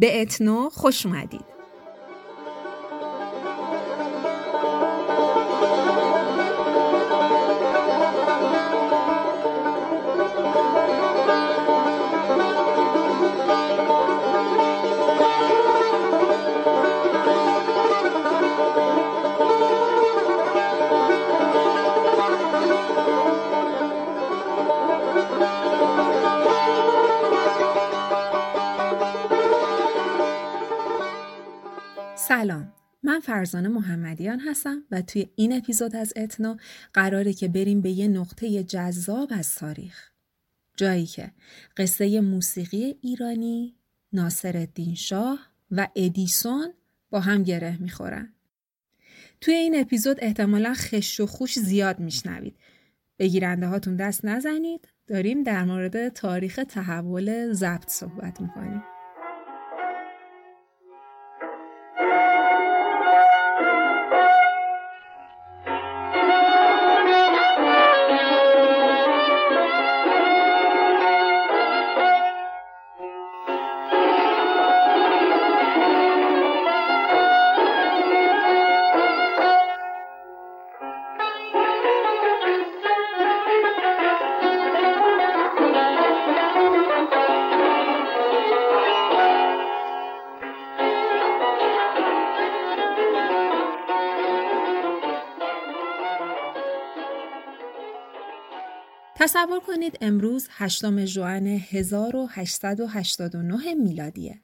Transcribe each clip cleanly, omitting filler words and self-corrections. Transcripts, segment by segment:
به اتنو خوش اومدید. سلام، من فرزانه محمدیان هستم و توی این اپیزود از اتنو قراره که بریم به یه نقطه جذاب از تاریخ. جایی که قصه موسیقی ایرانی، ناصرالدین شاه و ادیسون با هم گره میخورن. توی این اپیزود احتمالاً خش و خوش زیاد میشنوید. به گیرنده هاتون دست نزنید، داریم در مورد تاریخ تحول ضبط صحبت میکنیم. تصور کنید امروز 8 ژوئن 1889 میلادیه.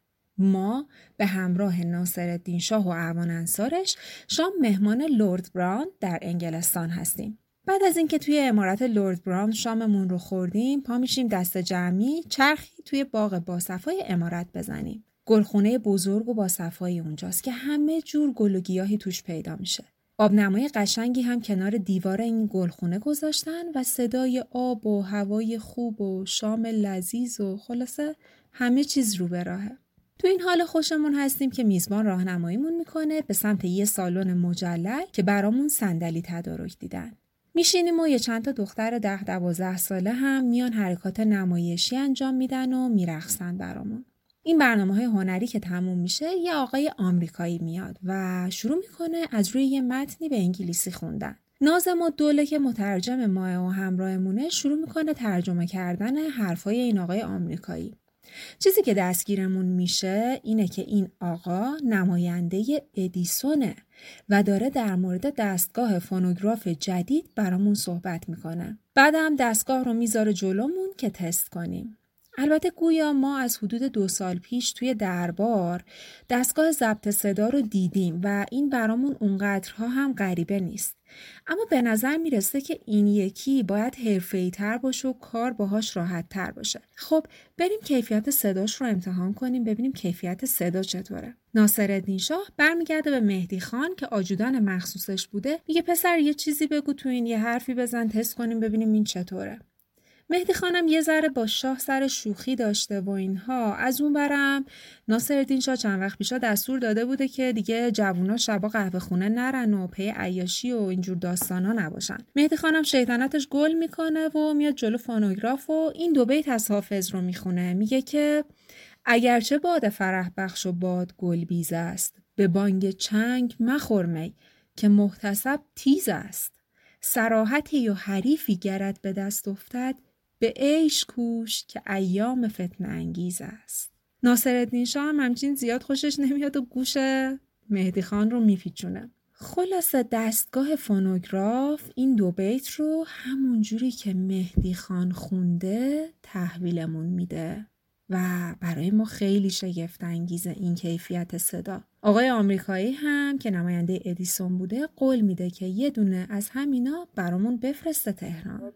ما به همراه ناصرالدین شاه و اعوان انصارش شام مهمان لرد براون در انگلستان هستیم. بعد از اینکه توی عمارت لرد براون شاممون رو خوردیم، پا میشیم دست جمعی چرخی توی باغ باصفای عمارت بزنیم. گلخونه بزرگ و باصفای اونجاست که همه جور گل و گیاهی توش پیدا میشه. آبنمای قشنگی هم کنار دیوار این گلخونه گذاشتن و صدای آب و هوای خوب و شام لذیذ و خلاصه همه چیز رو به راهه. تو این حال خوشمون هستیم که میزبان راهنماییمون میکنه به سمت یه سالن مجلل که برامون صندلی تدارک دیدن. میشینیم و یه چند تا دختر 10-12 ساله هم میان حرکات نمایشی انجام میدن و میرقصن برامون. این برنامه‌های هنری که تموم میشه یه آقای آمریکایی میاد و شروع میکنه از روی یه متنی به انگلیسی خوندن. نازم و دوله که مترجم ماه و همراهمونه شروع میکنه ترجمه کردن حرفای این آقای آمریکایی. چیزی که دستگیرمون میشه اینه که این آقا نماینده ادیسونه و داره در مورد دستگاه فونوگراف جدید برامون صحبت میکنه. بعدم دستگاه رو میذاره جلومون که تست کنیم. البته گویا ما از حدود 2 سال پیش توی دربار دستگاه ضبط صدا رو دیدیم و این برامون اونقدرها هم غریبه نیست. اما به نظر میرسه که این یکی باید حرفه‌ای تر باشه و کار باهاش راحت تر باشه. خب بریم کیفیت صداش رو امتحان کنیم ببینیم کیفیت صدا چطوره. ناصرالدین شاه برمیگرده به مهدی خان که آجودان مخصوصش بوده، میگه پسر یه چیزی بگو تو این، یه حرفی بزن تست کنیم ببینیم این چطوره. مهدی خانم یه ذره با شاه سر شوخی داشته و اینها. از اون برم ناصرالدین شاه چند وقت پیشا دستور داده بوده که دیگه جوونا شبا قهوه خونه نرن و پی عیاشی و اینجور داستانا نباشن. مهدی خانم شیطنتش گل میکنه و میاد جلو فونوگراف و این 2 بیت از حافظ رو میخونه. میگه که اگرچه باد فرح بخش و باد گلبیز است، به بانگ چنگ مخور می که محتسب تیز است. صراحتی و حریفی گرد به دست افتد، به عیش کوش که ایام فتنه انگیز است. ناصرالدین شاه هم همچین زیاد خوشش نمیاد و گوش مهدی خان رو میپیچونه. خلاصه دستگاه فونوگراف این 2 بیت رو همونجوری که مهدی خان خونده تحویلمون میده و برای ما خیلی شگفت انگیزه این کیفیت صدا. آقای آمریکایی هم که نماینده ادیسون بوده قول میده که یه دونه از همینا برامون بفرسته تهران.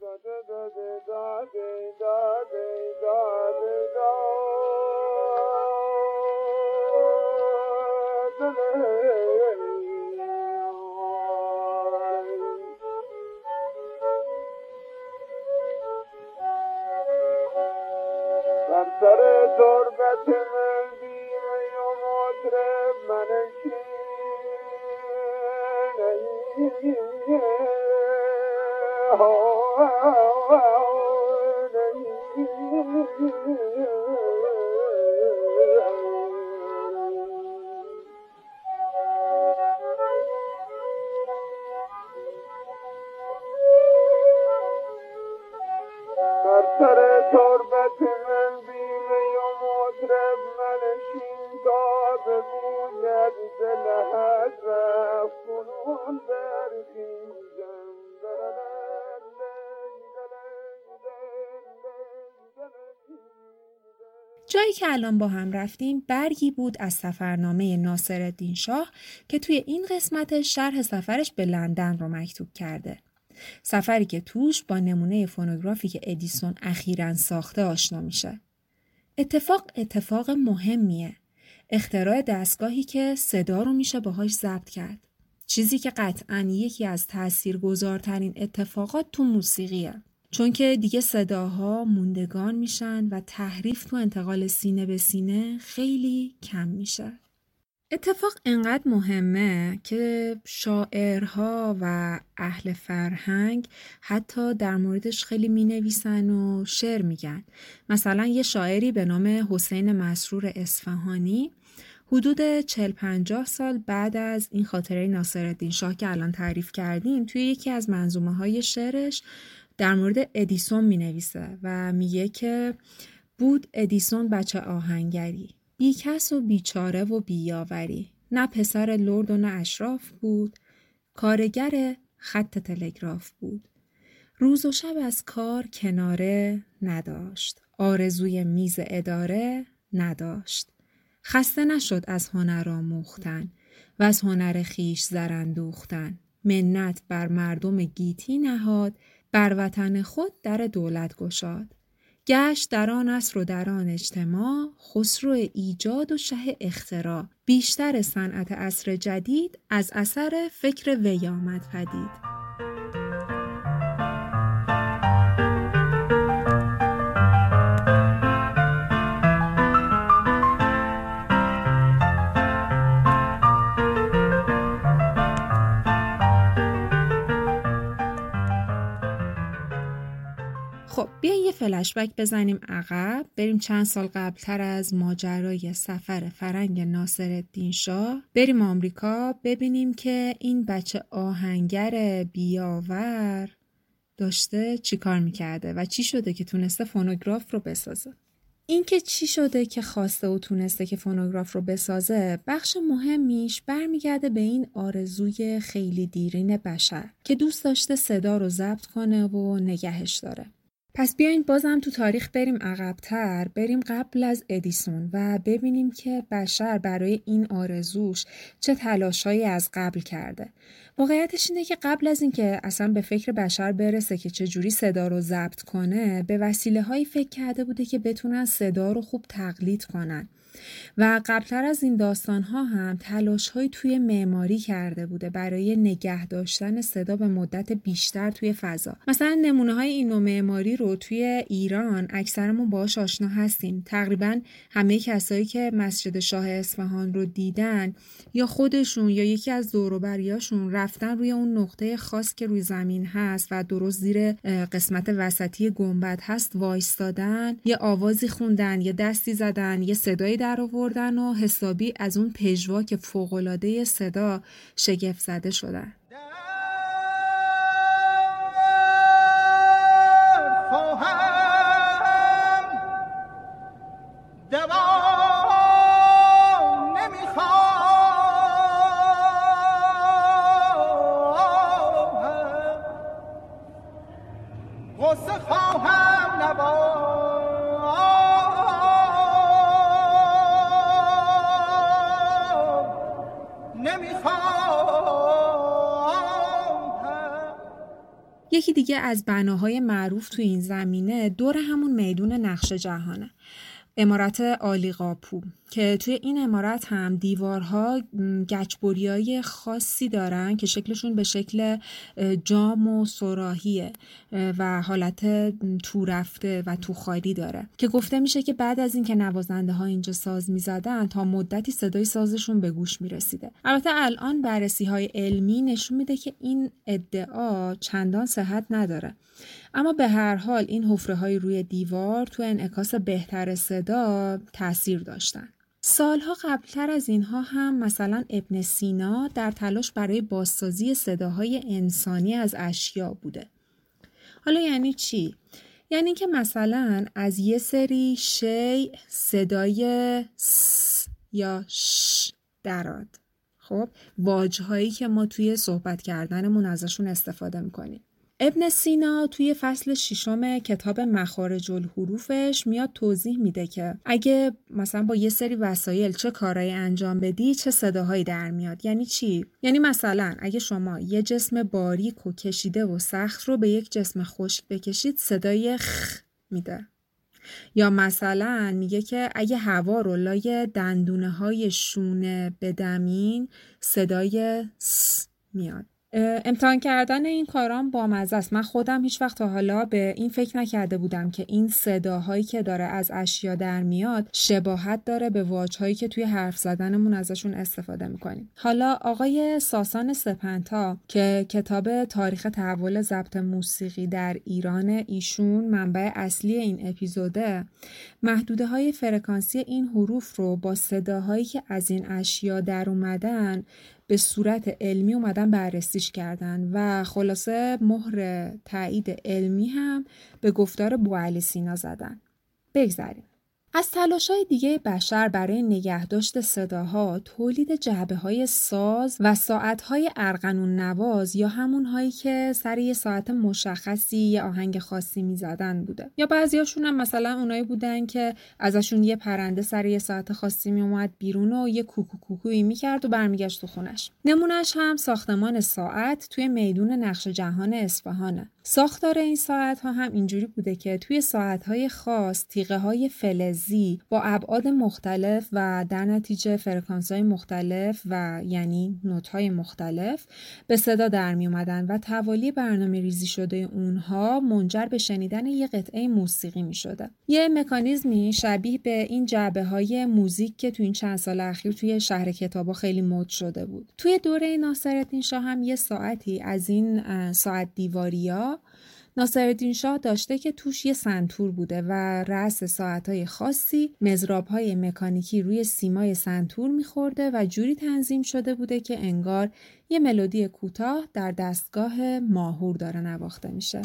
سر تربت مردی و مطرب منشی مطرب منشین تا بگوید دل حد رفت کنون برخیزم. جایی که الان با هم رفتیم برگی بود از سفرنامه ناصرالدین شاه که توی این قسمت شرح سفرش به لندن رو مکتوب کرده. سفری که توش با نمونه فونوگرافی که ادیسون اخیراً ساخته آشنا میشه. اتفاق مهمیه. اختراع دستگاهی که صدا رو میشه باهاش ضبط کرد. چیزی که قطعاً یکی از تاثیرگذارترین اتفاقات تو موسیقیه. چون که دیگه صداها موندگار میشن و تحریف تو انتقال سینه به سینه خیلی کم میشه. اتفاق انقدر مهمه که شاعرها و اهل فرهنگ حتی در موردش خیلی می نویسن و شعر میگن. مثلا یه شاعری به نام حسین مسرور اصفهانی حدود 40-50 سال بعد از این خاطره ناصرالدین شاه که الان تعریف کردیم توی یکی از منظومه های شعرش در مورد ادیسون می نویسه و میگه که بود ادیسون بچه آهنگری، بی کس و بیچاره و بیاوری، نه پسر لرد و نه اشراف بود، کارگر خط تلگراف بود. روز و شب از کار کناره نداشت، آرزوی میز اداره نداشت. خسته نشد از هنر آموختن و از هنر خیش زر اندوختن. منت بر مردم گیتی نهاد، بر وطن خود در دولت گشاد. گشت در آن عصر و در آن اجتماع، خسرو ایجاد و شه اختراع. بیشتر صنعت عصر جدید از اثر فکر وی آمد پدید. خب بیاین یه فلشبک بزنیم عقب، بریم چند سال قبلتر از ماجرای سفر فرنگ ناصرالدین شاه، بریم آمریکا ببینیم که این بچه آهنگر بیاور داشته چی کار میکرده و چی شده که تونسته فونوگراف رو بسازه. این که چی شده که خواسته و تونسته که فونوگراف رو بسازه، بخش مهمیش برمیگرده به این آرزوی خیلی دیرین بشر که دوست داشته صدا رو ضبط کنه و نگهش داره. پس بیاین بازم تو تاریخ بریم عقب‌تر، بریم قبل از ادیسون و ببینیم که بشر برای این آرزوش چه تلاشایی از قبل کرده. واقعیتش اینه که قبل از این که اصلا به فکر بشر برسه که چجوری صدا رو ضبط کنه، به وسیله‌هایی فکر کرده بوده که بتونن صدا رو خوب تقلید کنن. و قبلتر از این داستان‌ها هم تلاش‌هایی توی معماری کرده بوده برای نگه داشتن صدا به مدت بیشتر توی فضا. مثلا نمونه‌های این نوع معماری رو توی ایران اکثرمون باهاش آشنا هستیم. تقریباً همه کسایی که مسجد شاه اصفهان رو دیدن یا خودشون یا یکی از دور و بریاشون رفتن روی اون نقطه خاص که روی زمین هست و درست زیر قسمت وسطی گنبد هست وایستادن، یه آوازی خوندن، یه دستی زدن، یه صدایی در آوردن و حسابی از اون پژواک فوق‌العاده صدا شگفت زده شدن. یکی دیگه از بناهای معروف تو این زمینه دور همون میدون نقش جهانه، عمارت عالیقاپو که توی این عمارت هم دیوارها گچبریای خاصی دارن که شکلشون به شکل جام و صراحیه و حالت تو رفته و تو خالی داره که گفته میشه که بعد از این که نوازنده ها اینجا ساز میزدن تا مدتی صدای سازشون به گوش میرسیده. البته الان بررسی های علمی نشون میده که این ادعا چندان صحت نداره، اما به هر حال این حفره‌های روی دیوار تو انعکاس بهتر صدا تأثیر داشتن. سالها قبلتر از اینها هم مثلا ابن سینا در تلاش برای بازسازی صداهای انسانی از اشیا بوده. حالا یعنی چی؟ یعنی که مثلا از یه سری شی صدای س یا ش دراد. خب واژه‌هایی که ما توی صحبت کردنمون ازشون استفاده میکنیم. ابن سینا توی فصل 6 کتاب مخارج الحروفش میاد توضیح میده که اگه مثلا با یه سری وسایل چه کارایی انجام بدی چه صداهایی در میاد. یعنی چی؟ یعنی مثلا اگه شما یه جسم باریک و کشیده و سخت رو به یک جسم خشک بکشید صدای خ میده. یا مثلا میگه که اگه هوا رو لای دندونه های شونه بدمین صدای س میاد. امتحان کردن این کارام بامزه است. من خودم هیچ وقت تا حالا به این فکر نکرده بودم که این صداهایی که داره از اشیا در میاد شباهت داره به واژه‌هایی که توی حرف زدنمون ازشون استفاده میکنیم. حالا آقای ساسان سپهتا که کتاب تاریخ تحول ضبط موسیقی در ایران ایشون منبع اصلی این اپیزوده، محدوده‌های فرکانسی این حروف رو با صداهایی که از این اشیا در اومدن به صورت علمی اومدن بررسیش کردن و خلاصه مهر تایید علمی هم به گفتار بوعلی سینا زدن. بگذریم. از تلاش‌های دیگه بشر برای نگهداشت صداها تولید جعبه‌های ساز و ساعت‌های ارغنون نواز یا همون‌هایی که سر یه ساعت مشخصی یه آهنگ خاصی می‌زدن بوده. یا بعضیاشون هم مثلا اونایی بودن که ازشون یه پرنده سر یه ساعت خاصی میومد بیرون و یه کوکو کوکویی می‌کرد و برمیگشت تو خونش. نمونهش هم ساختمان ساعت توی میدون نقش جهان اصفهانه. ساختار این ساعت‌ها هم اینجوری بوده که توی ساعت‌های خاص تیغه‌های فلزی با ابعاد مختلف و در نتیجه فرکانس‌های مختلف و یعنی نوت‌های مختلف به صدا در می اومدن و توالی برنامه ریزی شده اونها منجر به شنیدن یه قطعه موسیقی می شده. یه مکانیزمی شبیه به این جعبه‌های موزیک که توی این چند سال اخیر توی شهر کتابا خیلی مد شده بود. توی دوره ناصرالدین شاه هم یه ساعتی از این ساعت دیواریا ناصرالدین شاه داشته که توش یه سنتور بوده و رأس ساعت‌های خاصی مضراب‌های مکانیکی روی سیمای سنتور می‌خورده و جوری تنظیم شده بوده که انگار یه ملودی کوتاه در دستگاه ماهور داره نواخته میشه.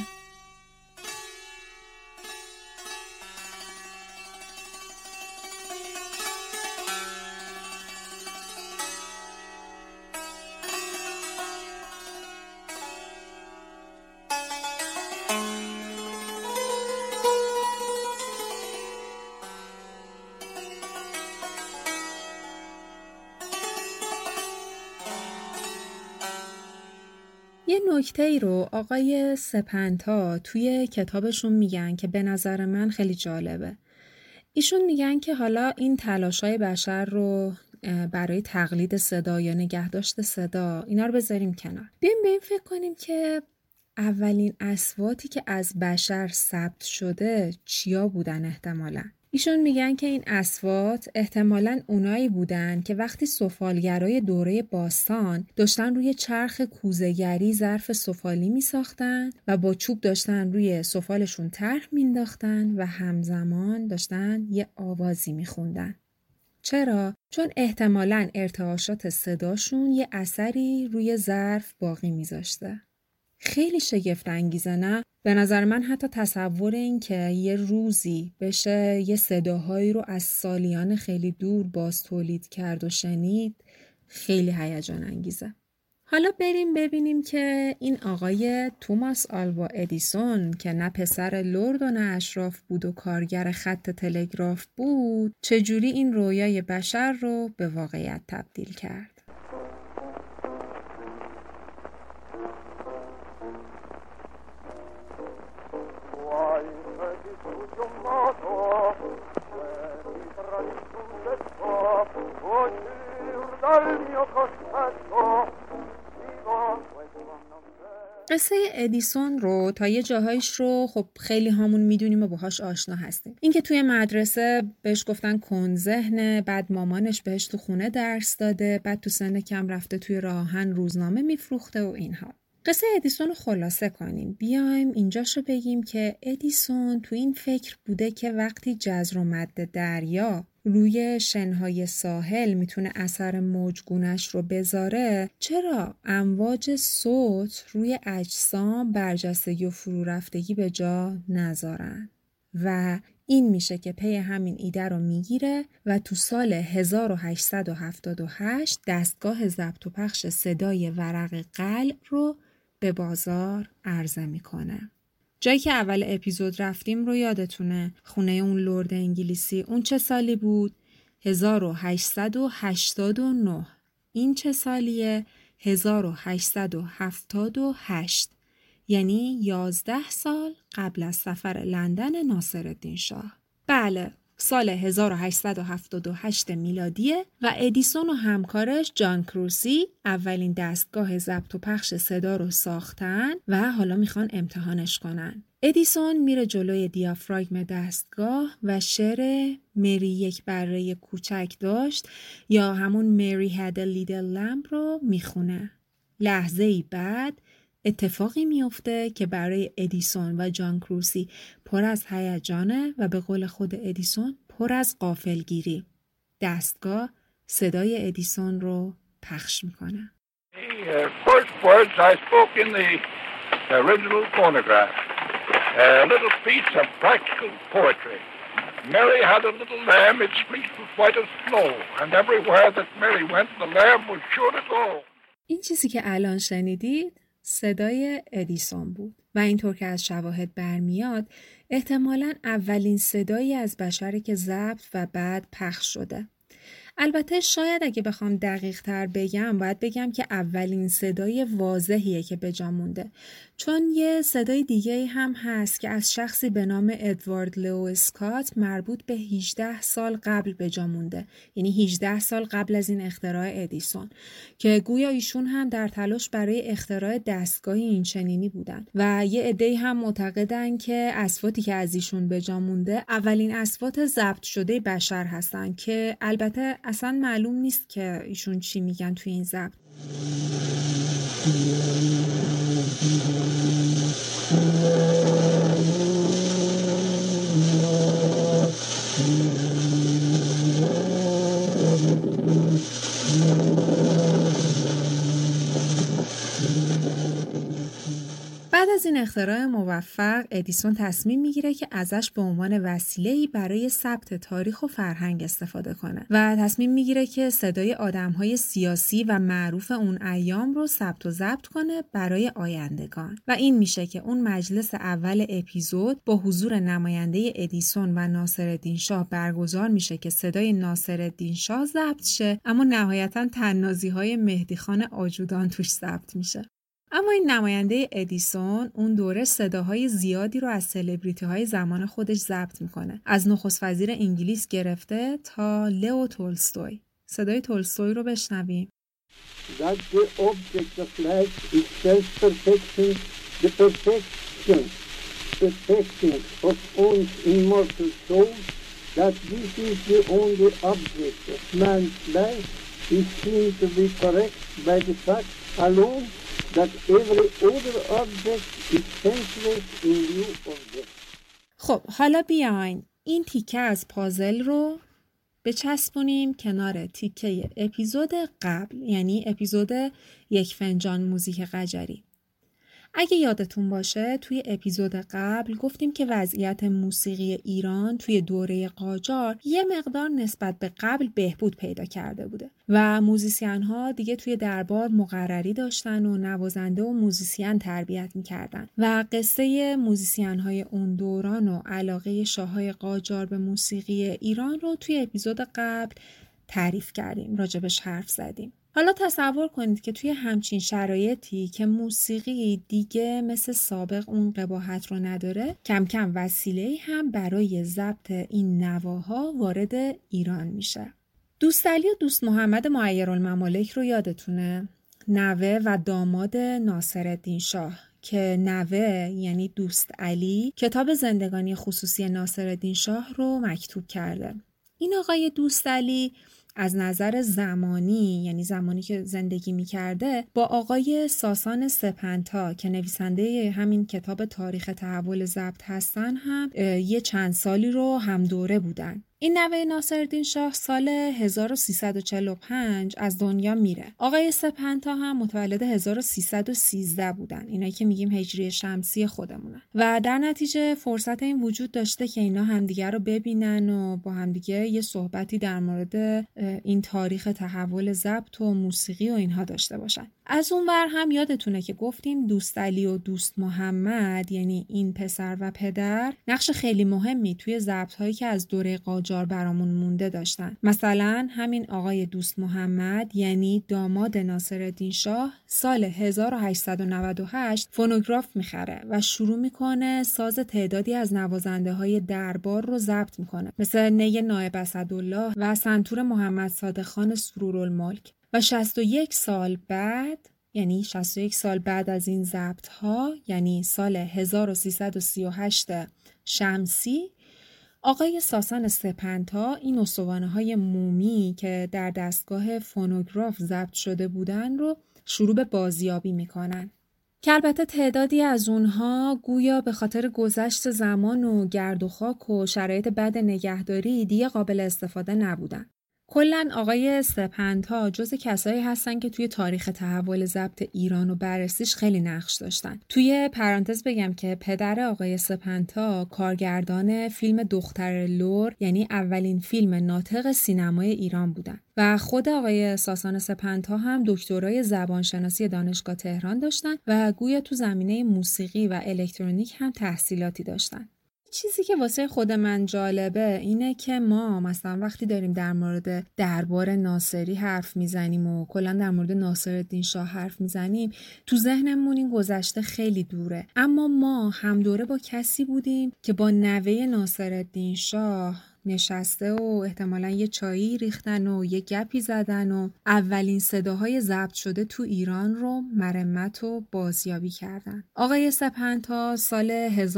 یه نکته ای رو آقای سپهتا توی کتابشون میگن که به نظر من خیلی جالبه. ایشون میگن که حالا این تلاشای بشر رو برای تقلید صدا یا نگهداشت صدا اینا رو بذاریم کنار. بیایم به این فکر کنیم که اولین اصواتی که از بشر ثبت شده چیا بودن احتمالاً. ایشون میگن که این اصوات احتمالاً اونایی بودن که وقتی سفالگرای دوره باستان داشتن روی چرخ کوزه‌گری ظرف سفالی میساختن و با چوب داشتن روی سفالشون طرح مینداختن و همزمان داشتن یه آوازی میخوندن. چرا؟ چون احتمالاً ارتعاشات صداشون یه اثری روی ظرف باقی میذاشته. خیلی شگفت انگیزه نه؟ به نظر من حتی تصور این که یه روزی بشه یه صداهایی رو از سالیان خیلی دور باز تولید کرد و شنید خیلی هیجان انگیزه. حالا بریم ببینیم که این آقای توماس آلوا ادیسون که نه پسر لرد و نه اشراف بود و کارگر خط تلگراف بود چجوری این رویای بشر رو به واقعیت تبدیل کرد. قصه ادیسون رو تا یه جاهایش رو خب خیلی همون میدونیم و باهاش آشنا هستیم. اینکه توی مدرسه بهش گفتن کن ذهنه، بعد مامانش بهش تو خونه درس داده، بعد تو سن کم رفته توی راهن روزنامه میفروخته و اینها. قصه ادیسون رو خلاصه کنیم. بیایم اینجاشو بگیم که ادیسون تو این فکر بوده که وقتی جزر و مد دریا روی شنهای ساحل میتونه اثر موجگونش رو بذاره، چرا امواج صوت روی اجسام برجستگی و فرو رفتگی به جا نذارن؟ و این میشه که پی همین ایده رو میگیره و تو سال 1878 دستگاه ضبط و پخش صدای ورق قلب رو به بازار عرضه میکنه. جایی که اول اپیزود رفتیم رو یادتونه؟ خونه اون لرد انگلیسی اون چه سالی بود؟ 1889. این چه سالیه؟ 1878. یعنی 11 سال قبل از سفر لندن ناصرالدین شاه. بله، سال 1878 میلادیه و ادیسون و همکارش جان کروسی اولین دستگاه ضبط و پخش صدا رو ساختن و حالا میخوان امتحانش کنن. ادیسون میره جلوی دیافراگم دستگاه و شعر مری یک بره کوچک داشت یا همون مری had a little lamb رو میخونه. لحظه‌ای بعد اتفاقی میفته که برای ادیسون و جان کروسی پر از هیجانه و به قول خود ادیسون پر از غافلگیری. دستگاه صدای ادیسون رو پخش میکنه. The first words I spoke in the original phonograph, a little piece of practical poetry. Mary had a little lamb, its fleece was white as snow, and everywhere that Mary went, the lamb was sure to go. این چیزی که الان شنیدید صدای ادیسون بود و اینطور که از شواهد برمیاد احتمالاً اولین صدایی از بشری که ضبط و بعد پخش شده. البته شاید اگه بخوام دقیق تر بگم باید بگم که اولین صدای واضحیه که به جا مونده، چون یه صدای دیگه هم هست که از شخصی به نام ادوارد لو اسکات مربوط به 18 سال قبل به جا مونده، یعنی 18 سال قبل از این اختراع ادیسون، که گویا ایشون هم در تلاش برای اختراع دستگاهی این چنینی بودن و یه عده‌ای هم معتقدن که اصواتی که از ایشون به جا مونده اولین اصوات ضبط شده بشر هستن که البته اصلا معلوم نیست که ایشون چی میگن توی این ضبط. بعد از این اختراع موفق ادیسون تصمیم میگیره که ازش به عنوان وسیله‌ای برای ثبت تاریخ و فرهنگ استفاده کنه و تصمیم میگیره که صدای آدم‌های سیاسی و معروف اون ایام رو ثبت و ضبط کنه برای آیندگان و این میشه که اون مجلس اول اپیزود با حضور نماینده ادیسون و ناصرالدین شاه برگزار میشه که صدای ناصرالدین شاه ضبط شه، اما نهایتاً طنازی‌های مهدی خان آجودان توش ضبط میشه. اما این نماینده ادیسون اون دوره صداهای زیادی رو از سلبریتی‌های زمان خودش ضبط میکنه، از نخست وزیر انگلیس گرفته تا لئو تولستوی. صدای تولستوی رو بشنویم. That the object of life is self-perfecting, the perfecting of one's immortal soul, that this is the only object of man's life is seen to be correct by the fact alone that every other object is senseless in view of them. خب حالا بیاین این تیکه از پازل رو بچسبونیم کنار تیکه اپیزود قبل، یعنی اپیزود یک فنجان موزیک قجری. اگه یادتون باشه توی اپیزود قبل گفتیم که وضعیت موسیقی ایران توی دوره قاجار یه مقدار نسبت به قبل بهبود پیدا کرده بوده و موزیسین ها دیگه توی دربار مقرری داشتن و نوازنده و موزیسین تربیت میکردن و قصه موزیسین های اون دوران و علاقه شاههای قاجار به موسیقی ایران رو توی اپیزود قبل تعریف کردیم، راجبش حرف زدیم. حالا تصور کنید که توی همچین شرایطی که موسیقی دیگه مثل سابق اون قباحت رو نداره، کم کم وسیله‌ای هم برای ضبط این نواها وارد ایران میشه. دوست علی و دوست محمد معیرالممالک رو یادتونه؟ نوه و داماد ناصرالدین شاه که نوه یعنی دوست علی کتاب زندگانی خصوصی ناصرالدین شاه رو مکتوب کرده. این آقای دوست علی از نظر زمانی، یعنی زمانی که زندگی می‌کرده، با آقای ساسان سپنتا که نویسنده همین کتاب تاریخ تحول ضبط هستن هم یه چند سالی رو هم دوره بودن این نوه ناصرالدین شاه سال 1345 از دنیا میره. آقای سپهنتا هم متولد 1313 بودن. اینایی که میگیم هجری شمسی خودمونن. و در نتیجه فرصت این وجود داشته که اینا همدیگه رو ببینن و با همدیگه یه صحبتی در مورد این تاریخ تحول ضبط و موسیقی و اینها داشته باشن. از اون ور هم یادتونه که گفتیم دوست علی و دوست محمد، یعنی این پسر و پدر، نقش خیلی مهمی توی ضبط‌هایی که از دوره قاجار برامون مونده داشتن. مثلا همین آقای دوست محمد، یعنی داماد ناصرالدین شاه، سال 1898 فونوگراف میخره و شروع میکنه ساز تعدادی از نوازنده‌های دربار رو ضبط میکنه، مثل نی نایب اسدالله و سنتور محمد صادق خان سرورالملک. و 61 سال بعد، یعنی 61 سال بعد از این ضبط‌ها، یعنی سال 1338 شمسی، آقای ساسان سپهنتا این استوانه‌های مومی که در دستگاه فونوگراف ضبط شده بودن رو شروع به بازیابی میکنن. که البته تعدادی از اونها گویا به خاطر گذشت زمان و گرد و خاک و شرایط بد نگهداری دیگه قابل استفاده نبودن. کلاً آقای سپهنتا جز کسایی هستن که توی تاریخ تحول ضبط ایران و بررسیش خیلی نقش داشتن. توی پرانتز بگم که پدر آقای سپهنتا کارگردان فیلم دختر لور، یعنی اولین فیلم ناطق سینمای ایران بودن. و خود آقای ساسان سپهنتا هم دکترای زبانشناسی دانشگاه تهران داشتن و گویا تو زمینه موسیقی و الکترونیک هم تحصیلاتی داشتن. چیزی که واسه خود من جالبه اینه که ما مثلا وقتی داریم در مورد دربار ناصری حرف میزنیم و کلا در مورد ناصرالدین شاه حرف میزنیم، تو ذهنمون این گذشته خیلی دوره، اما ما هم دوره با کسی بودیم که با نوه ناصرالدین شاه نشسته و احتمالاً یه چایی ریختن و یه گپی زدن و اولین صداهای ضبط شده تو ایران رو مرمت و بازیابی کردن. آقای سپهنتا سال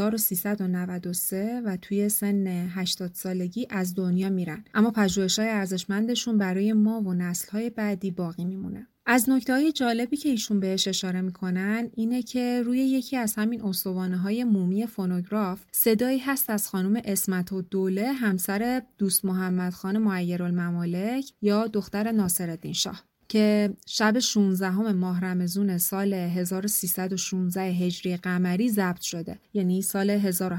1393 و توی سن 80 سالگی از دنیا میرن، اما پژوهش‌های ارزشمندشون برای ما و نسل‌های بعدی باقی میمونه. از نکته‌های جالبی که ایشون بهش اشاره میکنن اینه که روی یکی از همین استوانه‌های مومی فونوگراف صدایی هست از خانم عصمت‌الدوله، همسر دوست محمد خان معیرالممالک یا دختر ناصرالدین شاه، که شب 16 ماه رمضان سال 1316 هجری قمری ضبط شده، یعنی سال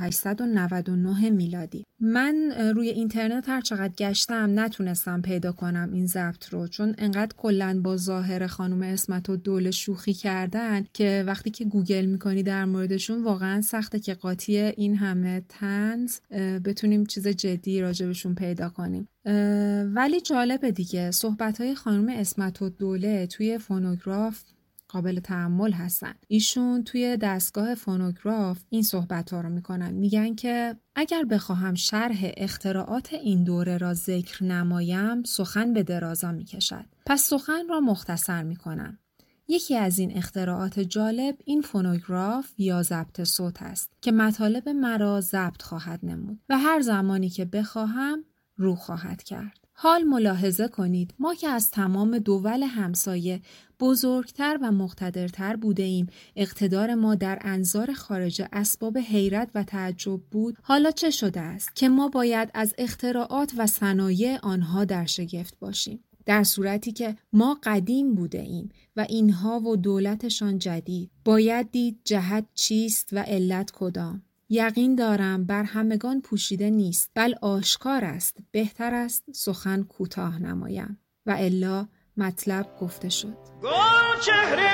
1899 میلادی. من روی اینترنت هر چقدر گشتم نتونستم پیدا کنم این ضبط رو، چون انقدر کلاً با ظاهر خانم عصمت‌الدوله شوخی کردن که وقتی که گوگل میکنی در موردشون واقعا سخته که قاطی این همه طنز بتونیم چیز جدی راجبشون پیدا کنیم. ولی جالبه دیگه، صحبت‌های خانم عصمت‌الدوله توی فونوگراف قابل تأمل هستن. ایشون توی دستگاه فونوگراف این صحبت‌ها رو میکنن، میگن که اگر بخواهم شرح اختراعات این دوره را ذکر نمایم سخن به درازا میکشد، پس سخن را مختصر میکنم. یکی از این اختراعات جالب این فونوگراف یا ضبط صوت است که مطالب مرا ضبط خواهد نمود و هر زمانی که بخواهم رو خواهد کرد. حال ملاحظه کنید ما که از تمام دول همسایه بزرگتر و مقتدرتر بوده ایم، اقتدار ما در انظار خارجه اسباب حیرت و تعجب بود، حالا چه شده است که ما باید از اختراعات و صنایع آنها در شگفت باشیم، در صورتی که ما قدیم بوده ایم و اینها و دولتشان جدید. باید دید جهت چیست و علت کدام. یقین دارم بر همگان پوشیده نیست، بل آشکار است، بهتر است سخن کوتاه نمایم و الا مطلب گفته شد. گل چهره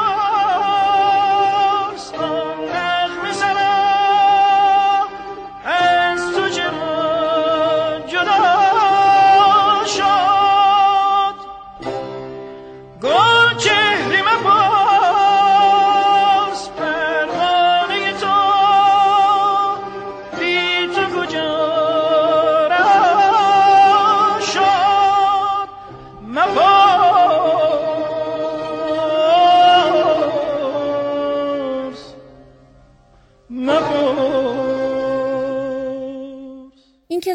مپاس کن نغمه سرا از تو جدا شد. گل چهره مپاس پروانه تو بی تو کجا شد.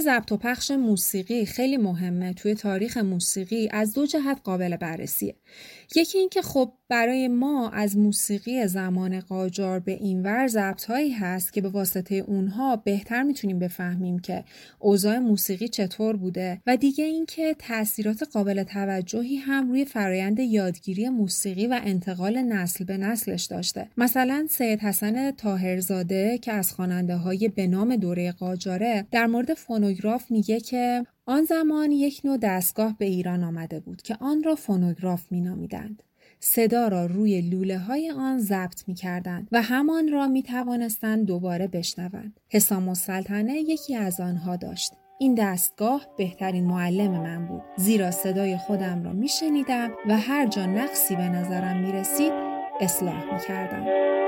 ضبط و پخش موسیقی خیلی مهمه توی تاریخ موسیقی از 2 جهت قابل بررسیه. یکی این که خب برای ما از موسیقی زمان قاجار به اینور ضبط‌هایی هست که به واسطه اونها بهتر میتونیم بفهمیم که اوضاع موسیقی چطور بوده و دیگه این که تأثیرات قابل توجهی هم روی فرایند یادگیری موسیقی و انتقال نسل به نسلش داشته. مثلا سید حسن طاهرزاده که از خواننده‌های به نام دوره قاجاره در مورد فونوگراف میگه که آن زمان یک نوع دستگاه به ایران آمده بود که آن را فونوگراف می‌نامیدند. صدا را روی لوله‌های آن ضبط می‌کردند و همان را می‌توانستند دوباره بشنوند. حسام السلطنه یکی از آنها داشت. این دستگاه بهترین معلم من بود، زیرا صدای خودم را می‌شنیدم و هر جا نقصی به نظرم می‌رسید اصلاح می‌کردم.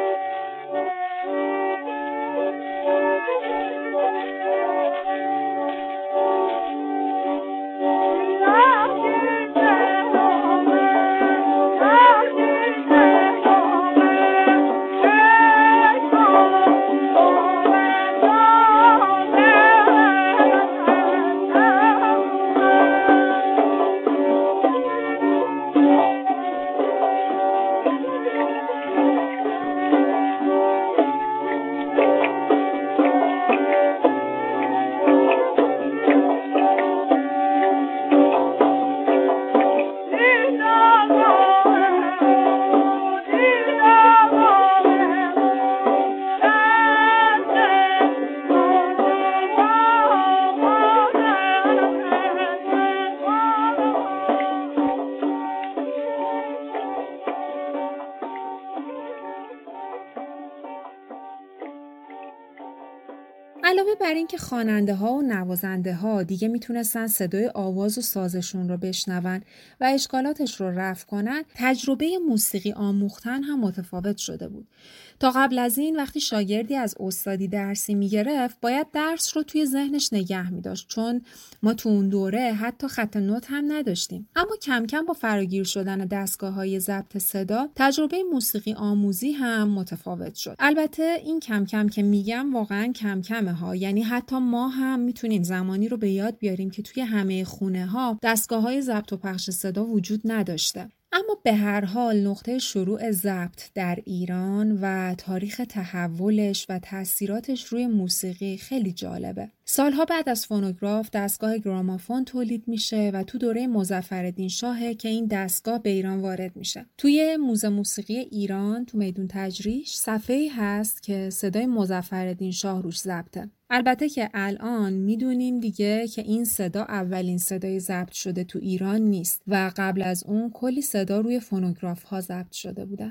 علاوه بر این که خواننده ها و نوازنده ها دیگه میتونستن صدای آواز و سازشون رو بشنون و اشکالاتش رو رفع کنن، تجربه موسیقی آموختن هم متفاوت شده بود. تا قبل از این وقتی شاگردی از استادی درسی میگرفت باید درس رو توی ذهنش نگه میداشت، چون ما تو اون دوره حتی خط نوت هم نداشتیم. اما کم کم با فراگیر شدن دستگاه‌های ضبط صدا تجربه موسیقی آموزی هم متفاوت شد. البته این کم کم که میگم واقعا کم کمه ها، یعنی حتی ما هم میتونیم زمانی رو به یاد بیاریم که توی همه خونه ها دستگاه‌های ضبط و پخش صدا وجود نداشته. اما به هر حال نقطه شروع ضبط در ایران و تاریخ تحولش و تأثیراتش روی موسیقی خیلی جالبه. سالها بعد از فونوگراف دستگاه گرامافون تولید میشه و تو دوره مظفرالدین شاهه که این دستگاه به ایران وارد میشه. توی موزه موسیقی ایران تو میدون تجریش صفحه‌ای هست که صدای مظفرالدین شاه روش ضبطه. البته که الان میدونیم دیگه که این صدا اولین صدای ضبط شده تو ایران نیست و قبل از اون کلی صدا روی فونوگراف ها ضبط شده بودن.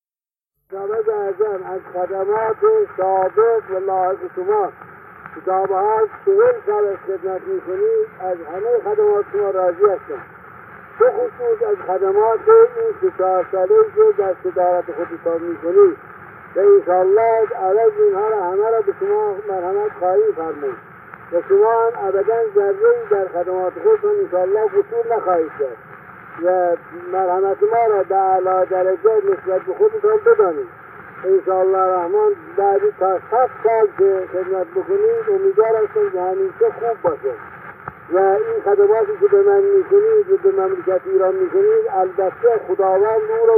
جناب اعظم از خدمات سابق و لاحق شما کتابه ها 40 سال از خدمت میکنید، از همه خدمات شما راضی هستم. به خصوص از خدمات این 4 ساله که در صدارت خودتان میکنید و انشاءالله عوض اینها را همه را به شما مرحمت خواهی فرمود و شما هم ابدا ذره‌ای در خدمات خودتان انشاءالله قصور نخواهید کرد و مرحمت ما را به اعلی درجه نسبت به خودتان بدانید. انشاءالله رحمان بعدی تا 7 سال که خدمت بکنید امیدوار هستم که همیشه خوب باشه و این خدماتی که به من میکنید و به مملکت ایران میکنید البته خداوند او را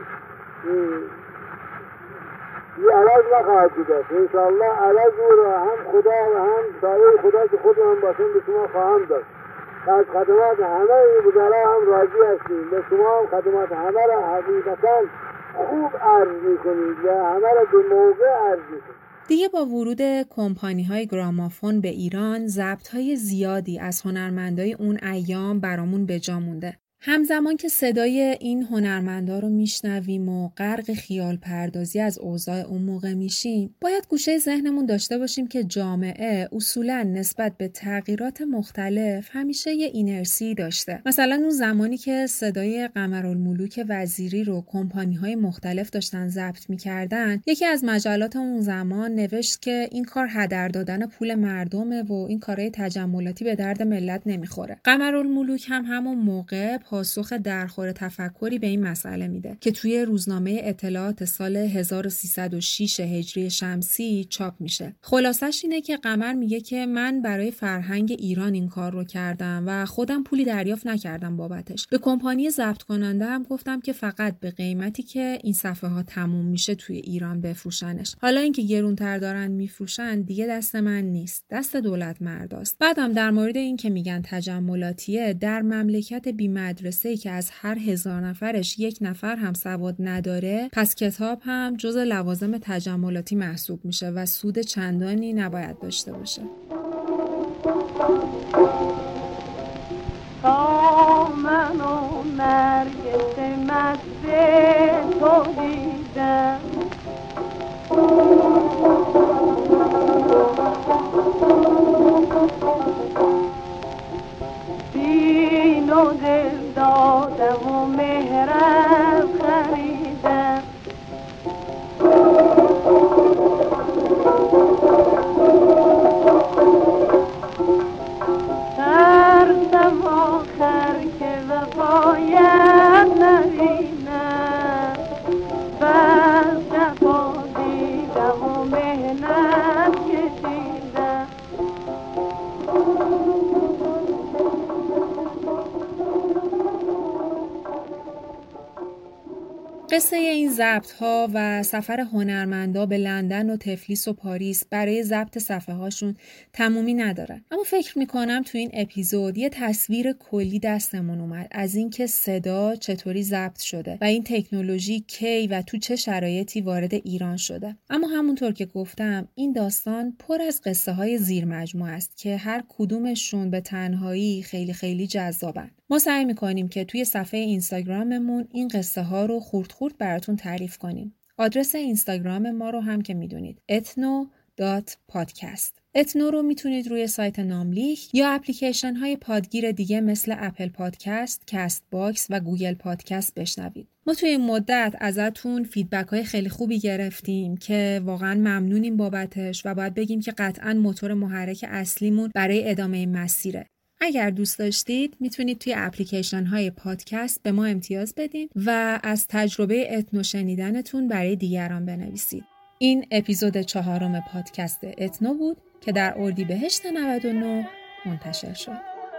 بی عوض نخواهد بودست. انشاءالله عوض او را هم خدا و هم سایه خدا که خود من باشم به شما خواهم داشت. از خدمات همه وزرا هم راضی هستیم و شما هم خدمات همه را حقیقتا خوب عرض میکنید و همه را به موقع عرض میکنید. دیگه با ورود کمپانی‌های گرامافون به ایران ضبط‌های زیادی از هنرمندای اون ایام برامون به جا مونده. همزمان که صدای این هنرمندا رو میشنویم و غرق خیال پردازی از اوضاع اون موقع میشیم، باید گوشه ذهنمون داشته باشیم که جامعه اصولاً نسبت به تغییرات مختلف همیشه یه اینرسی داشته. مثلا اون زمانی که صدای قمرالملوک وزیری رو کمپانی‌های مختلف داشتن ضبط می‌کردن، یکی از مجلات اون زمان نوشت که این کار هدر دادن پول مردمه و این کارهای تجملاتی به درد ملت نمیخوره. قمرالملوک هم همون موقع پاسخ درخور تفکری به این مسئله میده که توی روزنامه اطلاعات سال 1306 هجری شمسی چاپ میشه. خلاصش اینه که قمر میگه که من برای فرهنگ ایران این کار رو کردم و خودم پولی دریافت نکردم بابتش. به کمپانی ضبط کننده هم گفتم که فقط به قیمتی که این صفحه ها تموم میشه توی ایران بفروشنش. حالا اینکه گرونتر دارن میفروشن دیگه دست من نیست، دست دولت مرداست. بعدم در مورد این که میگن تجملاتیه، در مملکت بی مدرسه‌ای که از هر 1000 نفرش 1 نفر هم سواد نداره، پس کتاب هم جز لوازم تجملاتی محسوب میشه و سود چندانی نباید داشته باشه. تا من و نرگس مست تو دیدم، دین و دل دادم و مهرم خریدم، ترسم آخر که وفایم نبینم، بس جفا دیدم و مهنت کشیدم. قصه این ضبط‌ها و سفر هنرمندا به لندن و تفلیس و پاریس برای ضبط صفحه هاشون تمومی نداره. اما فکر میکنم تو این اپیزود یه تصویر کلی دستمون اومد از اینکه صدا چطوری ضبط شده و این تکنولوژی کی و تو چه شرایطی وارد ایران شده. اما همونطور که گفتم این داستان پر از قصه های زیر مجموعه است که هر کدومشون به تنهایی خیلی خیلی جذابن. ما سعی میکنیم که توی صفحه اینستاگراممون این قصه ها رو خورد براتون تعریف کنیم. آدرس اینستاگرام ما رو هم که میدونید ethno.podcast. اتنو رو میتونید روی سایت ناملیک یا اپلیکیشن های پادگیر دیگه مثل اپل پادکست، کست باکس و گوگل پادکست بشنوید. ما توی این مدت ازتون فیدبک های خیلی خوبی گرفتیم که واقعا ممنونیم بابتش و باید بگیم که قطعاً موتور محرک اصلیمون برای ادامه این مسیره. اگر دوست داشتید میتونید توی اپلیکیشن های پادکست به ما امتیاز بدین و از تجربه اتنو شنیدنتون برای دیگران بنویسید. این اپیزود 4 پادکست اتنو بود که در اردیبهشت 99 منتشر شد.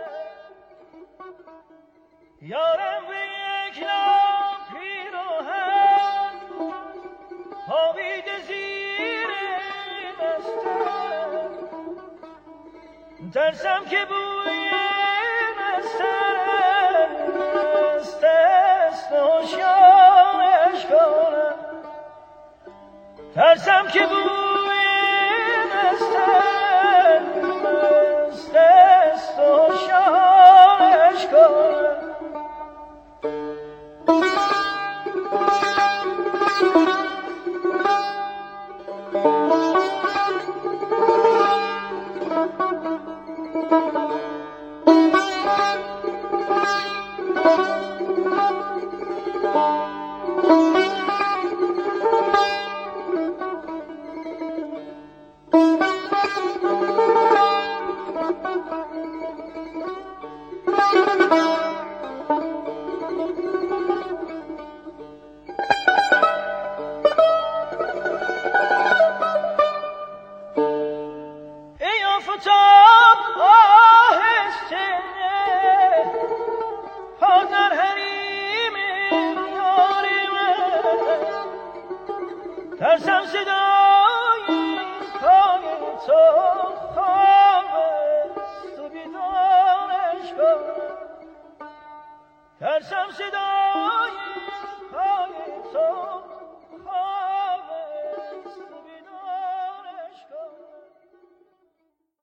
یارم به یک لام پیراهن خوابیده زیر بستر، ترسم که بوی است هوشیارش کنم، ترسم که بوی است هوشیارش کنم. ترسم صدایی پای تو خواب است بیدارش کنم، ترسم صدایی